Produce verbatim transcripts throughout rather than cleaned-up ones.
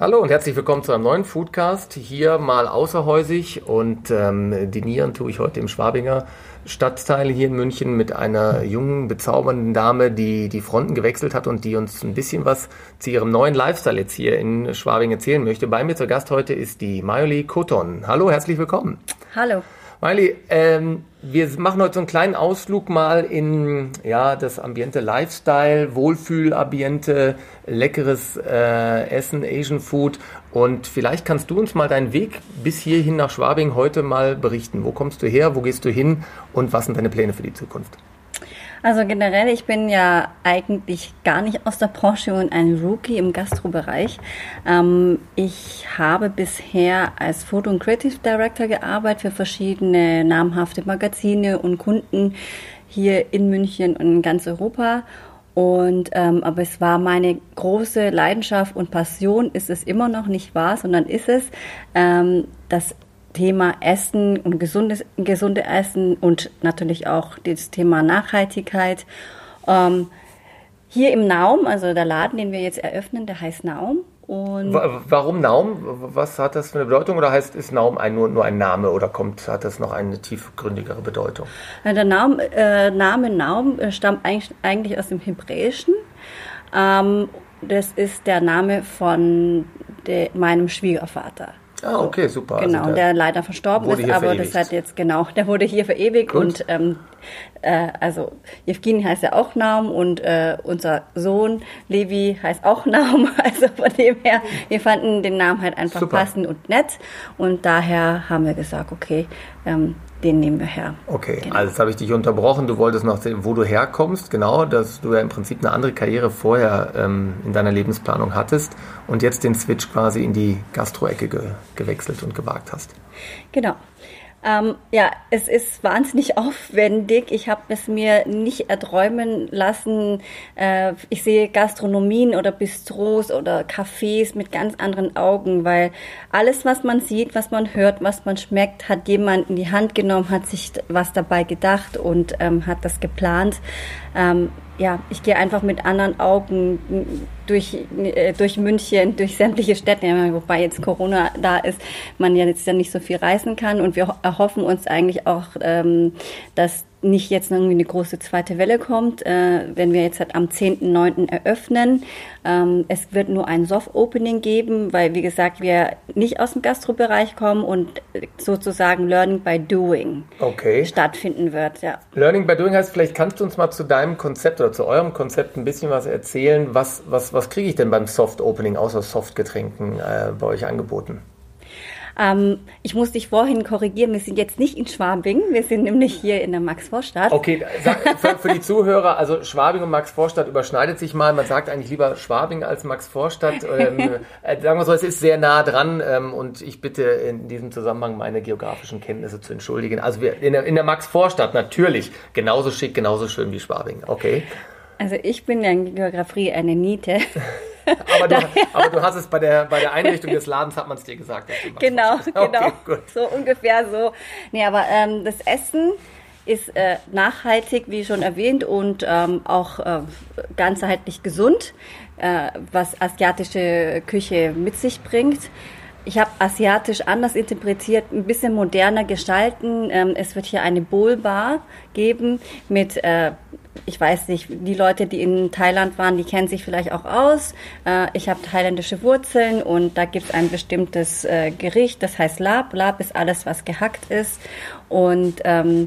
Hallo und herzlich willkommen zu einem neuen Foodcast, hier mal außerhäusig und ähm, dinieren tue ich heute im Schwabinger Stadtteil hier in München mit einer jungen, bezaubernden Dame, die die Fronten gewechselt hat und die uns ein bisschen was zu ihrem neuen Lifestyle jetzt hier in Schwabing erzählen möchte. Bei mir zu Gast heute ist die Mayoli Koton. Hallo, herzlich willkommen. Hallo. Mayoli, ähm, wir machen heute so einen kleinen Ausflug mal in ja das Ambiente Lifestyle, Wohlfühlambiente, leckeres äh, Essen, Asian Food. Und vielleicht kannst du uns mal deinen Weg bis hierhin nach Schwabing heute mal berichten. Wo kommst du her, wo gehst du hin und was sind deine Pläne für die Zukunft? Also generell, ich bin ja eigentlich gar nicht aus der Branche und ein Rookie im Gastrobereich. Ähm, ich habe bisher als Foto- und Creative Director gearbeitet für verschiedene namhafte Magazine und Kunden hier in München und in ganz Europa. Und ähm, aber es war meine große Leidenschaft und Passion, ist es immer noch nicht wahr, sondern ist es, ähm, das Thema Essen und gesundes, gesunde Essen und natürlich auch das Thema Nachhaltigkeit. Ähm, hier im Naum, also der Laden, den wir jetzt eröffnen, der heißt Naum. Und warum Naum? Was hat das für eine Bedeutung? Oder heißt, ist Naum ein, nur, nur ein Name oder kommt, hat das noch eine tiefgründigere Bedeutung? Der Naum, äh, Name Naum stammt eigentlich, eigentlich aus dem Hebräischen. Ähm, das ist der Name von de, meinem Schwiegervater. Ah, okay, super. Genau, also der, der leider verstorben ist, aber verewigt. Das hat jetzt, genau, der wurde hier verewigt. Gut. Und ähm, äh, also Jewgeni heißt ja auch Naum und äh, unser Sohn Levi heißt auch Naum. Also von dem her, wir fanden den Namen halt einfach super passend und nett und daher haben wir gesagt, okay, ähm, den nehmen wir her. Okay, genau. Also jetzt habe ich dich unterbrochen. Du wolltest noch sehen, wo du herkommst. Genau, dass du ja im Prinzip eine andere Karriere vorher ähm, in deiner Lebensplanung hattest und jetzt den Switch quasi in die Gastro-Ecke ge- gewechselt und gewagt hast. Genau. Ähm, ja, es ist wahnsinnig aufwendig. Ich habe es mir nicht erträumen lassen. Äh, ich sehe Gastronomien oder Bistros oder Cafés mit ganz anderen Augen, weil alles, was man sieht, was man hört, was man schmeckt, hat jemand in die Hand genommen, hat sich was dabei gedacht und ähm, hat das geplant. Ähm, ja, ich gehe einfach mit anderen Augen durch, äh, durch München, durch sämtliche Städte, wobei jetzt Corona da ist, man ja jetzt ja nicht so viel reisen kann und wir erhoffen uns eigentlich auch, ähm, dass nicht jetzt irgendwie eine große zweite Welle kommt, äh, wenn wir jetzt halt am zehnten neunten eröffnen. Ähm, es wird nur ein Soft-Opening geben, weil, wie gesagt, wir nicht aus dem Gastrobereich kommen und sozusagen Learning by Doing okay. stattfinden wird. Ja. Learning by Doing heißt, vielleicht kannst du uns mal zu deinem Konzept oder zu eurem Konzept ein bisschen was erzählen. Was, was, was kriege ich denn beim Soft-Opening außer Softgetränken äh, bei euch angeboten? Ähm, ich muss dich vorhin korrigieren, wir sind jetzt nicht in Schwabing, wir sind nämlich hier in der Max-Vorstadt. Okay, sag, für, für die Zuhörer, also Schwabing und Max-Vorstadt überschneidet sich mal, man sagt eigentlich lieber Schwabing als Max-Vorstadt. Ähm, äh, sagen wir so, es ist sehr nah dran ähm, und ich bitte in diesem Zusammenhang meine geografischen Kenntnisse zu entschuldigen. Also wir in der, in der Max-Vorstadt natürlich genauso schick, genauso schön wie Schwabing, okay? Also ich bin ja in Geografie eine Niete. aber, du, aber du hast es bei der, bei der Einrichtung des Ladens, hat man es dir gesagt. Genau, okay, genau. Gut. So ungefähr so. Nee, aber ähm, das Essen ist äh, nachhaltig, wie schon erwähnt, und ähm, auch äh, ganzheitlich gesund, äh, was asiatische Küche mit sich bringt. Ich habe asiatisch anders interpretiert, ein bisschen moderner gestalten. Ähm, es wird hier eine Bowl-Bar geben mit, äh, ich weiß nicht, die Leute, die in Thailand waren, die kennen sich vielleicht auch aus. Äh, ich habe thailändische Wurzeln und da gibt es ein bestimmtes äh, Gericht, das heißt Lap. Lap ist alles, was gehackt ist. Und ähm,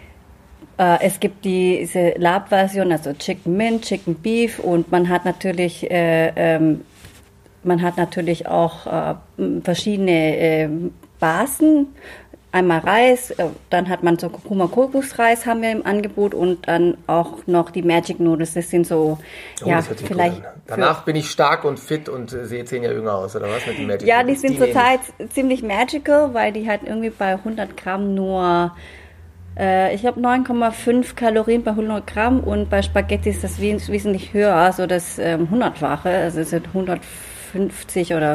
äh, es gibt diese Lap-Version, also Chicken Mint, Chicken Beef, und man hat natürlich äh, ähm, Man hat natürlich auch äh, verschiedene äh, Basen. Einmal Reis, äh, dann hat man so Kurkuma-Kokosreis haben wir im Angebot und dann auch noch die Magic Noodles. Das sind so, oh, ja, das hört sich vielleicht. Gut an. Danach bin ich stark und fit und äh, sehe zehn Jahre jünger aus, oder was mit den Magic Ja, Noodles? die sind zurzeit ziemlich magical, weil die halt irgendwie bei hundert Gramm nur, äh, ich glaube neun Komma fünf Kalorien bei hundert Gramm und bei Spaghetti ist das wes- wesentlich höher, also das ähm, hundertfache, also es sind hundertfünfzig oder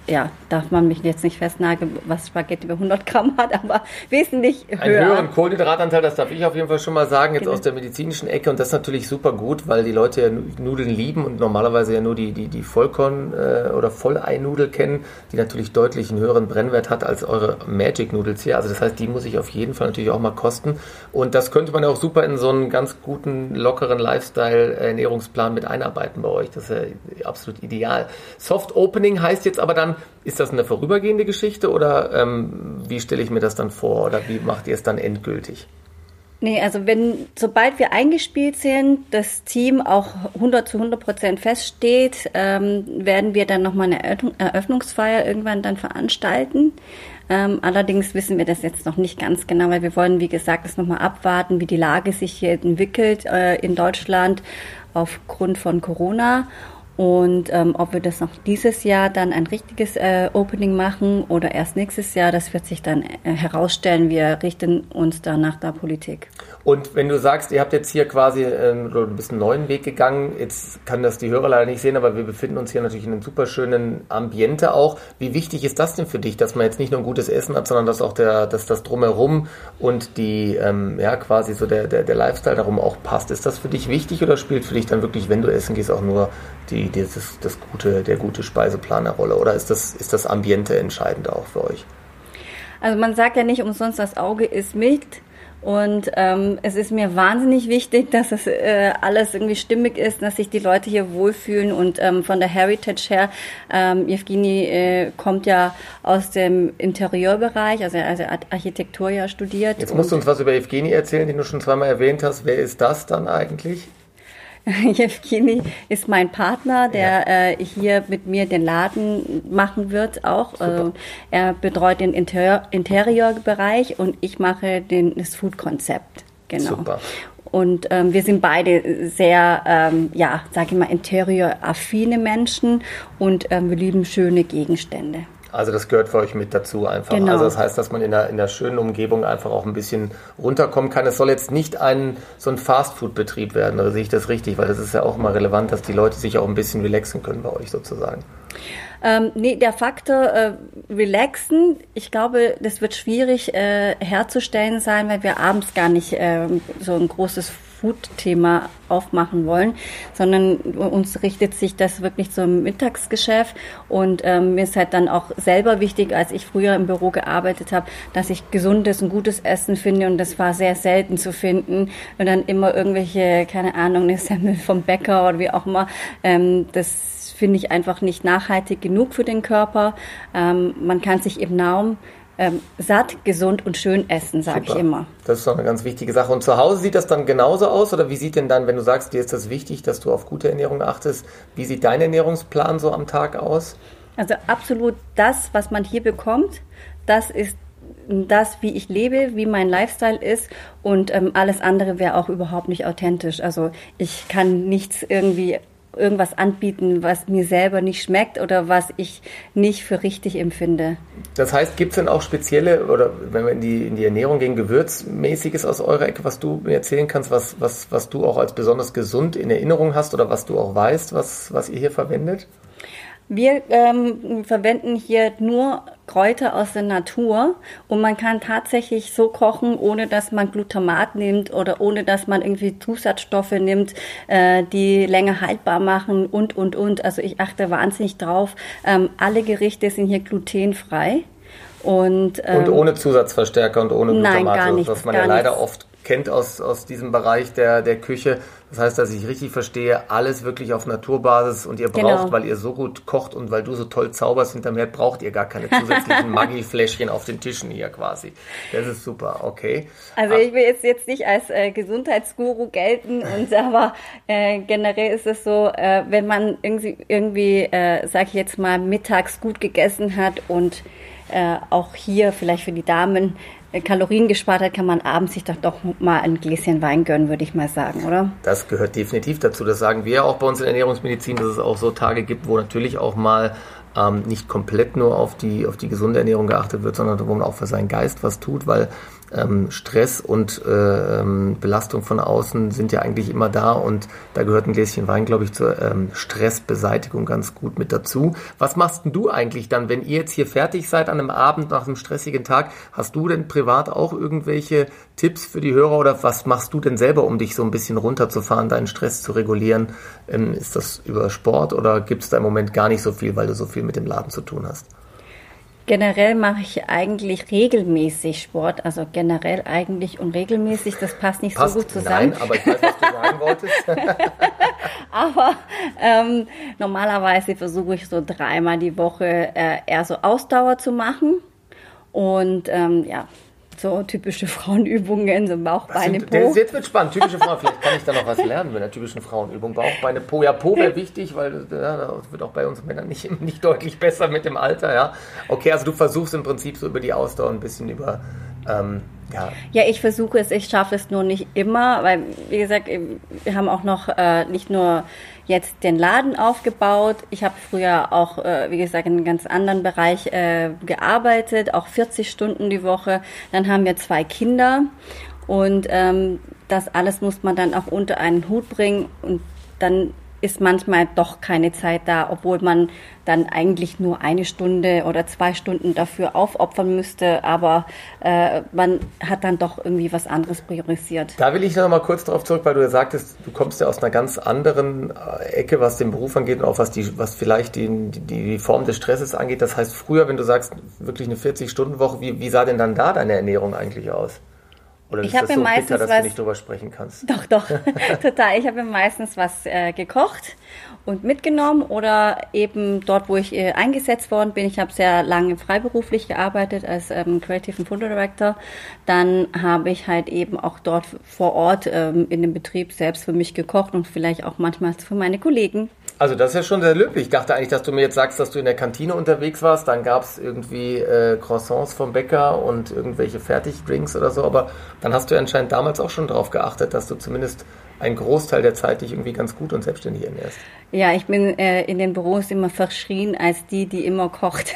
ja, darf man mich jetzt nicht festnageln, was Spaghetti bei hundert Gramm hat, aber wesentlich höher. Einen höheren Kohlenhydratanteil, das darf ich auf jeden Fall schon mal sagen, jetzt genau. Aus der medizinischen Ecke. Und das ist natürlich super gut, weil die Leute ja Nudeln lieben und normalerweise ja nur die, die, die Vollkorn- äh, oder Volleinnudel kennen, die natürlich deutlich einen höheren Brennwert hat als eure Magic-Nudels hier. Also das heißt, die muss ich auf jeden Fall natürlich auch mal kosten. Und das könnte man ja auch super in so einen ganz guten, lockeren Lifestyle-Ernährungsplan mit einarbeiten bei euch. Das ist ja absolut ideal. Soft Opening heißt jetzt aber dann, ist das eine vorübergehende Geschichte oder ähm, wie stelle ich mir das dann vor oder wie macht ihr es dann endgültig? Nee, also wenn, sobald wir eingespielt sind, das Team auch hundert zu hundert Prozent feststeht, ähm, werden wir dann nochmal eine Eröffnungsfeier irgendwann dann veranstalten. Ähm, allerdings wissen wir das jetzt noch nicht ganz genau, weil wir wollen, wie gesagt, das nochmal abwarten, wie die Lage sich hier entwickelt äh, in Deutschland aufgrund von Corona. Und ähm, ob wir das noch dieses Jahr dann ein richtiges äh, Opening machen oder erst nächstes Jahr, das wird sich dann äh, herausstellen. Wir richten uns da nach der Politik. Und wenn du sagst, ihr habt jetzt hier quasi ähm, du bist einen neuen Weg gegangen, jetzt kann das die Hörer leider nicht sehen, aber wir befinden uns hier natürlich in einem super schönen Ambiente auch. Wie wichtig ist das denn für dich, dass man jetzt nicht nur ein gutes Essen hat, sondern dass auch der, dass das Drumherum und die, ähm, ja quasi so der, der, der Lifestyle darum auch passt? Ist das für dich wichtig oder spielt für dich dann wirklich, wenn du essen gehst, auch nur die, die das, das gute, der gute Speiseplan eine Rolle? Oder ist das, ist das Ambiente entscheidend auch für euch? Also man sagt ja nicht umsonst, das Auge ist mit. Und ähm, es ist mir wahnsinnig wichtig, dass es äh, alles irgendwie stimmig ist, dass sich die Leute hier wohlfühlen. Und ähm, von der Heritage her, ähm, Evgeny äh, kommt ja aus dem Interieurbereich, also er hat Architektur ja studiert. Jetzt musst du uns was über Evgeny erzählen, den du schon zweimal erwähnt hast. Wer ist das dann eigentlich? Evgeny ist mein Partner, der ja. äh, hier mit mir den Laden machen wird auch. Äh, er betreut den Inter- Interiorbereich und ich mache den, das Food-Konzept. Genau. Super. Und ähm, wir sind beide sehr, ähm, ja, sag ich mal, interior-affine Menschen und ähm, wir lieben schöne Gegenstände. Also das gehört für euch mit dazu einfach. Genau. Also das heißt, dass man in einer, in einer schönen Umgebung einfach auch ein bisschen runterkommen kann. Es soll jetzt nicht ein so ein Fastfood-Betrieb werden, oder sehe ich das richtig? Weil das ist ja auch immer relevant, dass die Leute sich auch ein bisschen relaxen können bei euch sozusagen. Ähm, nee, der Faktor äh, relaxen, ich glaube, das wird schwierig äh, herzustellen sein, weil wir abends gar nicht äh, so ein großes Food-Thema aufmachen wollen, sondern uns richtet sich das wirklich zum Mittagsgeschäft und ähm, mir ist halt dann auch selber wichtig, als ich früher im Büro gearbeitet habe, dass ich gesundes und gutes Essen finde und das war sehr selten zu finden und dann immer irgendwelche, keine Ahnung, eine Semmel vom Bäcker oder wie auch immer, ähm, das finde ich einfach nicht nachhaltig genug für den Körper. Ähm, man kann sich im Naum ähm, satt, gesund und schön essen, sage ich immer. Das ist doch eine ganz wichtige Sache. Und zu Hause sieht das dann genauso aus? Oder wie sieht denn dann, wenn du sagst, dir ist das wichtig, dass du auf gute Ernährung achtest, wie sieht dein Ernährungsplan so am Tag aus? Also absolut das, was man hier bekommt, das ist das, wie ich lebe, wie mein Lifestyle ist und ähm, alles andere wäre auch überhaupt nicht authentisch. Also ich kann nichts irgendwie irgendwas anbieten, was mir selber nicht schmeckt oder was ich nicht für richtig empfinde. Das heißt, gibt es denn auch spezielle, oder wenn wir in die, in die Ernährung gehen, Gewürzmäßiges aus eurer Ecke, was du mir erzählen kannst, was, was, was du auch als besonders gesund in Erinnerung hast oder was du auch weißt, was, was ihr hier verwendet? Wir ähm, verwenden hier nur Kräuter aus der Natur und man kann tatsächlich so kochen, ohne dass man Glutamat nimmt oder ohne dass man irgendwie Zusatzstoffe nimmt, äh, die länger haltbar machen und, und, und. Also ich achte wahnsinnig drauf. Ähm, alle Gerichte sind hier glutenfrei. Und, ähm, und ohne Zusatzverstärker und ohne Glutamat, nein, gar nichts, was man ja leider nichts. oft kennt aus, aus diesem Bereich der, der Küche. Das heißt, dass ich richtig verstehe, alles wirklich auf Naturbasis und ihr braucht, genau. weil ihr so gut kocht und weil du so toll zauberst hinterm Herd, braucht ihr gar keine zusätzlichen Maggi-Fläschchen auf den Tischen hier quasi. Das ist super, okay. Also ich will jetzt, jetzt nicht als äh, Gesundheitsguru gelten, und aber äh, generell ist es so, äh, wenn man irgendwie, irgendwie äh, sag ich jetzt mal, mittags gut gegessen hat und äh, auch hier vielleicht für die Damen Kalorien gespart hat, kann man abends sich doch doch mal ein Gläschen Wein gönnen, würde ich mal sagen, oder? Das gehört definitiv dazu. Das sagen wir auch bei uns in der Ernährungsmedizin, dass es auch so Tage gibt, wo natürlich auch mal ähm, nicht komplett nur auf die, auf die gesunde Ernährung geachtet wird, sondern wo man auch für seinen Geist was tut, weil ähm, Stress und äh, ähm, Belastung von außen sind ja eigentlich immer da und da gehört ein Gläschen Wein, glaube ich, zur ähm, Stressbeseitigung ganz gut mit dazu. Was machst denn du eigentlich dann, wenn ihr jetzt hier fertig seid an einem Abend nach einem stressigen Tag? Hast du denn privat auch irgendwelche Tipps für die Hörer oder was machst du denn selber, um dich so ein bisschen runterzufahren, deinen Stress zu regulieren? Ähm, ist das über Sport oder gibt es da im Moment gar nicht so viel, weil du so viel mit dem Laden zu tun hast? Generell mache ich eigentlich regelmäßig Sport, also generell eigentlich und regelmäßig, das passt nicht passt, so gut zusammen. Nein, aber ich weiß, was du sagen wolltest. aber ähm, normalerweise versuche ich so dreimal die Woche äh, eher so Ausdauer zu machen und ähm, ja, so typische Frauenübungen, so Bauch, Beine, Po. Das, jetzt wird spannend. Typische Frauen, vielleicht kann ich da noch was lernen mit einer typischen Frauenübung. Bauch, Beine, Po. Ja, Po wäre wichtig, weil ja, das wird auch bei uns Männern nicht, nicht deutlich besser mit dem Alter. Ja. Okay, also du versuchst im Prinzip so über die Ausdauer ein bisschen über... Ähm, ja. ja, ich versuche es, ich schaffe es nur nicht immer, weil, wie gesagt, wir haben auch noch äh, nicht nur jetzt den Laden aufgebaut. Ich habe früher auch, äh, wie gesagt, in einem ganz anderen Bereich äh, gearbeitet, auch vierzig Stunden die Woche. Dann haben wir zwei Kinder und ähm, das alles muss man dann auch unter einen Hut bringen und dann ist manchmal doch keine Zeit da, obwohl man dann eigentlich nur eine Stunde oder zwei Stunden dafür aufopfern müsste, aber äh, man hat dann doch irgendwie was anderes priorisiert. Da will ich noch mal kurz drauf zurück, weil du ja sagtest, du kommst ja aus einer ganz anderen Ecke, was den Beruf angeht und auch was die, was vielleicht die, die, die Form des Stresses angeht. Das heißt, früher, wenn du sagst, wirklich eine vierzig-Stunden-Woche, wie, wie sah denn dann da deine Ernährung eigentlich aus? Oder ich ist das so meistens bitter, dass was, du nicht drüber sprechen kannst? Doch, doch, total. Ich habe mir meistens was äh, gekocht und mitgenommen oder eben dort, wo ich äh, eingesetzt worden bin. Ich habe sehr lange freiberuflich gearbeitet als ähm, Creative and Food Director. Dann habe ich halt eben auch dort vor Ort ähm, in dem Betrieb selbst für mich gekocht und vielleicht auch manchmal für meine Kollegen. Also das ist ja schon sehr löblich. Ich dachte eigentlich, dass du mir jetzt sagst, dass du in der Kantine unterwegs warst. Dann gab es irgendwie äh, Croissants vom Bäcker und irgendwelche Fertigdrinks oder so. Aber dann hast du ja anscheinend damals auch schon darauf geachtet, dass du zumindest einen Großteil der Zeit dich irgendwie ganz gut und selbstständig ernährst. Ja, ich bin äh, in den Büros immer verschrien als die, die immer kocht.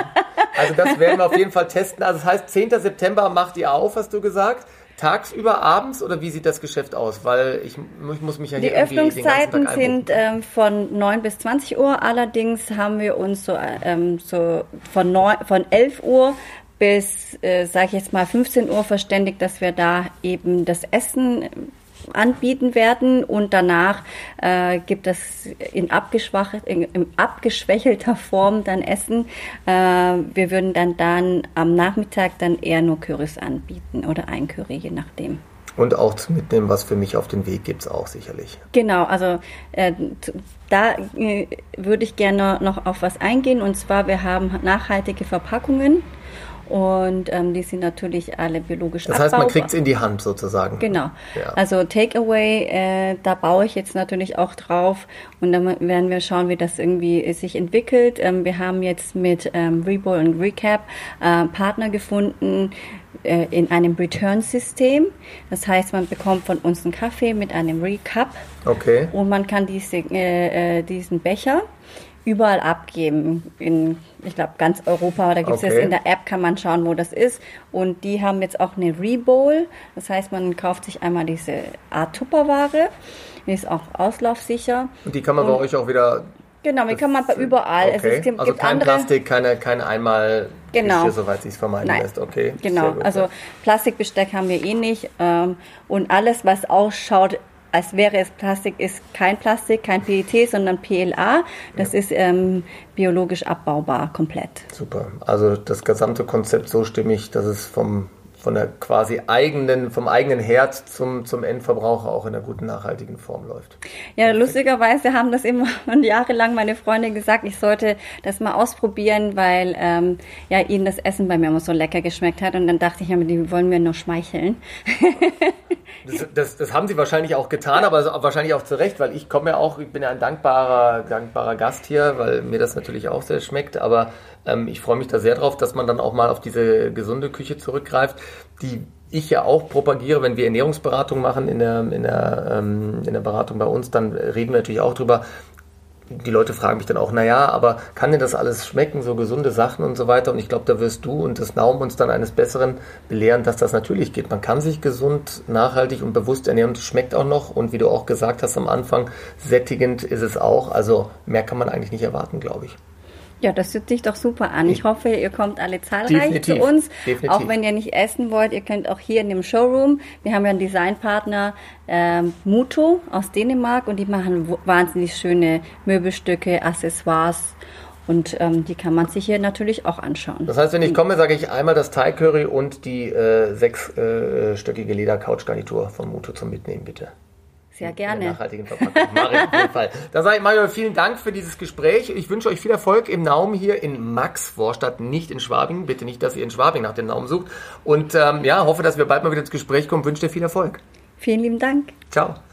Also das werden wir auf jeden Fall testen. Also das heißt, zehnten September macht ihr auf, hast du gesagt. Tagsüber, abends oder wie sieht das Geschäft aus? Weil ich, ich muss mich ja hier die irgendwie den ganzen Tag Öffnungszeiten sind ähm, von neun bis zwanzig Uhr. Allerdings haben wir uns so, ähm, so von, neun, von elf Uhr bis, äh, sage ich jetzt mal, fünfzehn Uhr verständigt, dass wir da eben das Essen anbieten werden und danach äh, gibt es in, abgeschwach, in, in abgeschwächelter Form dann Essen. Äh, wir würden dann dann am Nachmittag dann eher nur Currys anbieten oder ein Curry, je nachdem. Und auch zu mitnehmen, was für mich auf den Weg gibt es auch sicherlich. Genau, also äh, da äh, würde ich gerne noch auf was eingehen und zwar wir haben nachhaltige Verpackungen. Und ähm, die sind natürlich alle biologisch abbaubar. Das heißt, man kriegt es in die Hand sozusagen. Genau. Ja. Also Takeaway, äh, da baue ich jetzt natürlich auch drauf. Und dann werden wir schauen, wie das irgendwie sich entwickelt. Ähm, wir haben jetzt mit ähm, Rebowl und Recap äh, Partner gefunden äh, in einem Return-System. Das heißt, man bekommt von uns einen Kaffee mit einem Recap. Okay. Und man kann diese, äh, äh, diesen Becher überall abgeben, in, ich glaube, ganz Europa. Da gibt es okay. jetzt in der App, kann man schauen, wo das ist. Und die haben jetzt auch eine Rebowl. Das heißt, man kauft sich einmal diese Art Tupperware. Die ist auch auslaufsicher. Und die kann man und, bei euch auch wieder... Genau, die kann man überall. Okay. Es, es gibt, also gibt kein andere, Plastik, keine, keine einmal genau. soweit sich vermeiden Nein. lässt. Okay. Genau, gut, also ja. Plastikbesteck haben wir eh nicht. Und alles, was ausschaut, als wäre es Plastik, ist kein Plastik, kein P E T, sondern P L A. Das ja. ist ähm, biologisch abbaubar komplett. Super. Also das gesamte Konzept so stimmig, dass es vom von der quasi eigenen, vom eigenen Herd zum, zum Endverbraucher auch in einer guten, nachhaltigen Form läuft. Ja, Perfekt. Lustigerweise haben das immer jahrelang meine Freunde gesagt, ich sollte das mal ausprobieren, weil ähm, ja ihnen das Essen bei mir immer so lecker geschmeckt hat. Und dann dachte ich, ja, die wollen mir nur schmeicheln. Das, das, das haben sie wahrscheinlich auch getan, aber wahrscheinlich auch zu Recht, weil ich komme ja auch, ich bin ja ein dankbarer, dankbarer Gast hier, weil mir das natürlich auch sehr schmeckt, aber ähm, ich freue mich da sehr drauf, dass man dann auch mal auf diese gesunde Küche zurückgreift, die ich ja auch propagiere, wenn wir Ernährungsberatung machen in der, in der, ähm, in der Beratung bei uns, dann reden wir natürlich auch drüber. die Leute fragen mich dann auch, naja, aber kann dir das alles schmecken, so gesunde Sachen und so weiter? Und ich glaube, da wirst du und das Naum uns dann eines Besseren belehren, dass das natürlich geht. Man kann sich gesund, nachhaltig und bewusst ernähren und es schmeckt auch noch. Und wie du auch gesagt hast am Anfang, sättigend ist es auch. Also mehr kann man eigentlich nicht erwarten, glaube ich. Ja, das hört sich doch super an. Ich hoffe, ihr kommt alle zahlreich Definitiv. zu uns. Definitiv. Auch wenn ihr nicht essen wollt, ihr könnt auch hier in dem Showroom. Wir haben ja einen Designpartner, ähm, Muto aus Dänemark, und die machen w- wahnsinnig schöne Möbelstücke, Accessoires, und ähm, die kann man sich hier natürlich auch anschauen. Das heißt, wenn ich komme, sage ich einmal das Thai Curry und die äh, sechsstöckige Leder-Couch-Garnitur von Muto zum Mitnehmen, bitte. Sehr gerne. In der nachhaltigen Verpackung. Mach ich auf jeden Fall. Dann sage ich Mario, vielen Dank für dieses Gespräch. Ich wünsche euch viel Erfolg im Naum hier in Maxvorstadt, nicht in Schwabing. Bitte nicht, dass ihr in Schwabing nach dem Naum sucht. Und ähm, ja, hoffe, dass wir bald mal wieder ins Gespräch kommen. Wünsche dir viel Erfolg. Vielen lieben Dank. Ciao.